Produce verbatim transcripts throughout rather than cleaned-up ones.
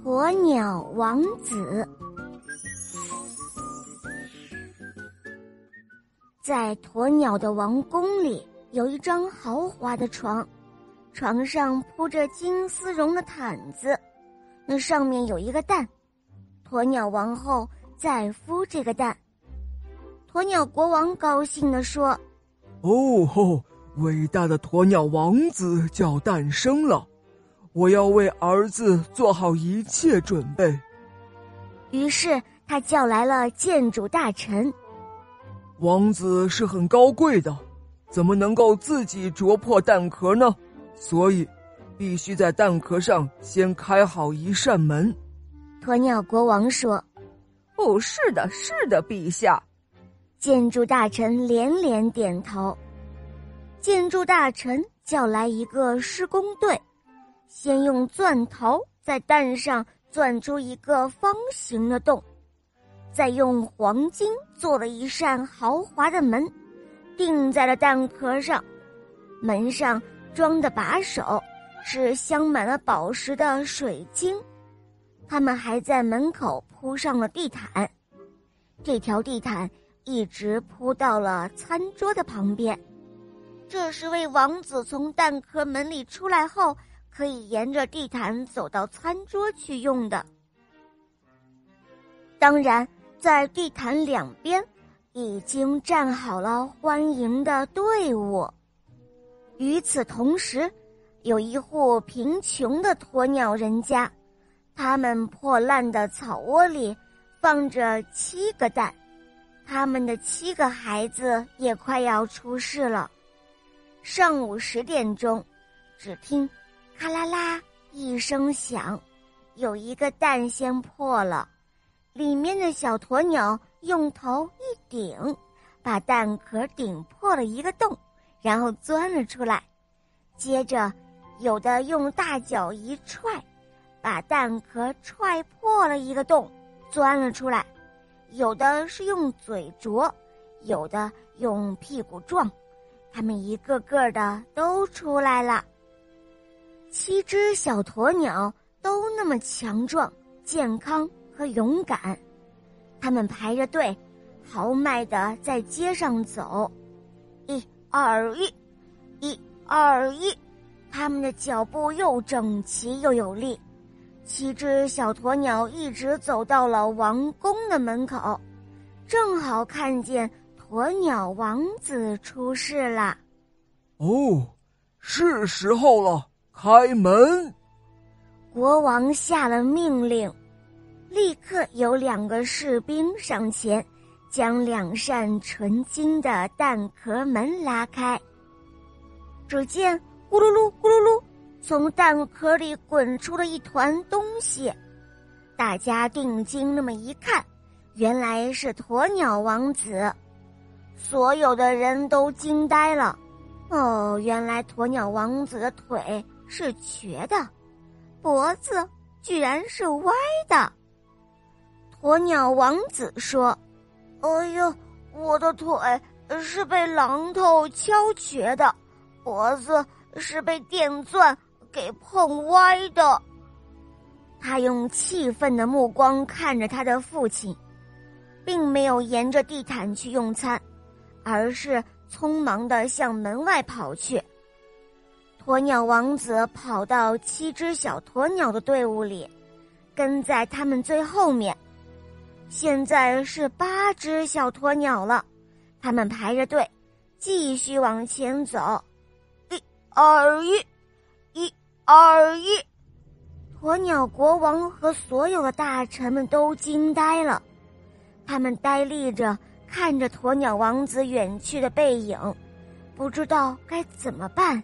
鸵鸟王子。在鸵鸟的王宫里，有一张豪华的床，床上铺着金丝绒的毯子，那上面有一个蛋，鸵鸟王后在孵这个蛋。鸵鸟国王高兴地说： 哦吼，伟大的鸵鸟王子就要诞生了，我要为儿子做好一切准备。 于是他叫来了建筑大臣。 王子是很高贵的，怎么能够自己啄破蛋壳呢？所以必须在蛋壳上先开好一扇门。 鸵鸟国王说： 哦，是的，是的，陛下。 建筑大臣连连点头。建筑大臣叫来一个施工队，先用钻头在蛋上钻出一个方形的洞，再用黄金做了一扇豪华的门，钉在了蛋壳上。门上装的把手是镶满了宝石的水晶。他们还在门口铺上了地毯，这条地毯一直铺到了餐桌的旁边，这是为王子从蛋壳门里出来后可以沿着地毯走到餐桌去用的。当然，在地毯两边已经站好了欢迎的队伍。与此同时，有一户贫穷的鸵鸟人家，他们破烂的草窝里放着七个蛋，他们的七个孩子也快要出世了。上午十点钟，只听咔啦啦一声响，有一个蛋先破了，里面的小鸵鸟用头一顶，把蛋壳顶破了一个洞，然后钻了出来。接着有的用大脚一踹，把蛋壳踹破了一个洞，钻了出来。有的是用嘴啄，有的用屁股撞，他们一个个的都出来了。七只小鸵鸟都那么强壮、健康和勇敢，他们排着队，豪迈地在街上走。一二一，一二一，他们的脚步又整齐又有力。七只小鸵鸟一直走到了王宫的门口，正好看见鸵鸟王子出世了。 哦，是时候了，开门！ 国王下了命令，立刻有两个士兵上前，将两扇纯金的蛋壳门拉开。只见咕噜噜咕噜噜，从蛋壳里滚出了一团东西。大家定睛那么一看，原来是鸵鸟王子。所有的人都惊呆了。哦，原来鸵鸟王子的腿是瘸的，脖子居然是歪的。鸵鸟王子说：哎呦，我的腿是被榔头敲瘸的，脖子是被电钻给碰歪的。他用气愤的目光看着他的父亲，并没有沿着地毯去用餐，而是匆忙地向门外跑去。鸵鸟王子跑到七只小鸵鸟的队伍里，跟在他们最后面。现在是八只小鸵鸟了，他们排着队继续往前走。一二一，一二一，鸵鸟国王和所有的大臣们都惊呆了，他们呆立着看着鸵鸟王子远去的背影，不知道该怎么办。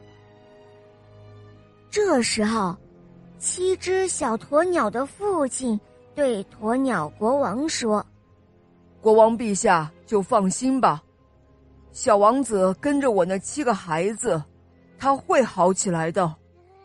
这时候，七只小鸵鸟的父亲对鸵鸟国王说： 国王陛下就放心吧，小王子跟着我那七个孩子，他会好起来的。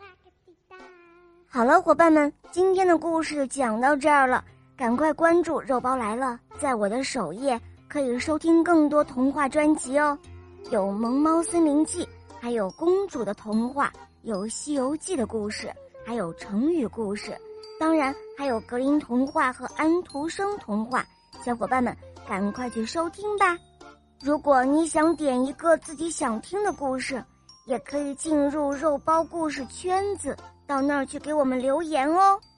好了，伙伴们，今天的故事讲到这儿了，赶快关注肉包来了，在我的首页可以收听更多童话专辑哦，有萌猫森林记，还有公主的童话，有西游记的故事，还有成语故事， 当然还有格林童话和安徒生童话，小伙伴们赶快去收听吧。如果你想点一个自己想听的故事，也可以进入肉包故事圈子，到那儿去给我们留言哦。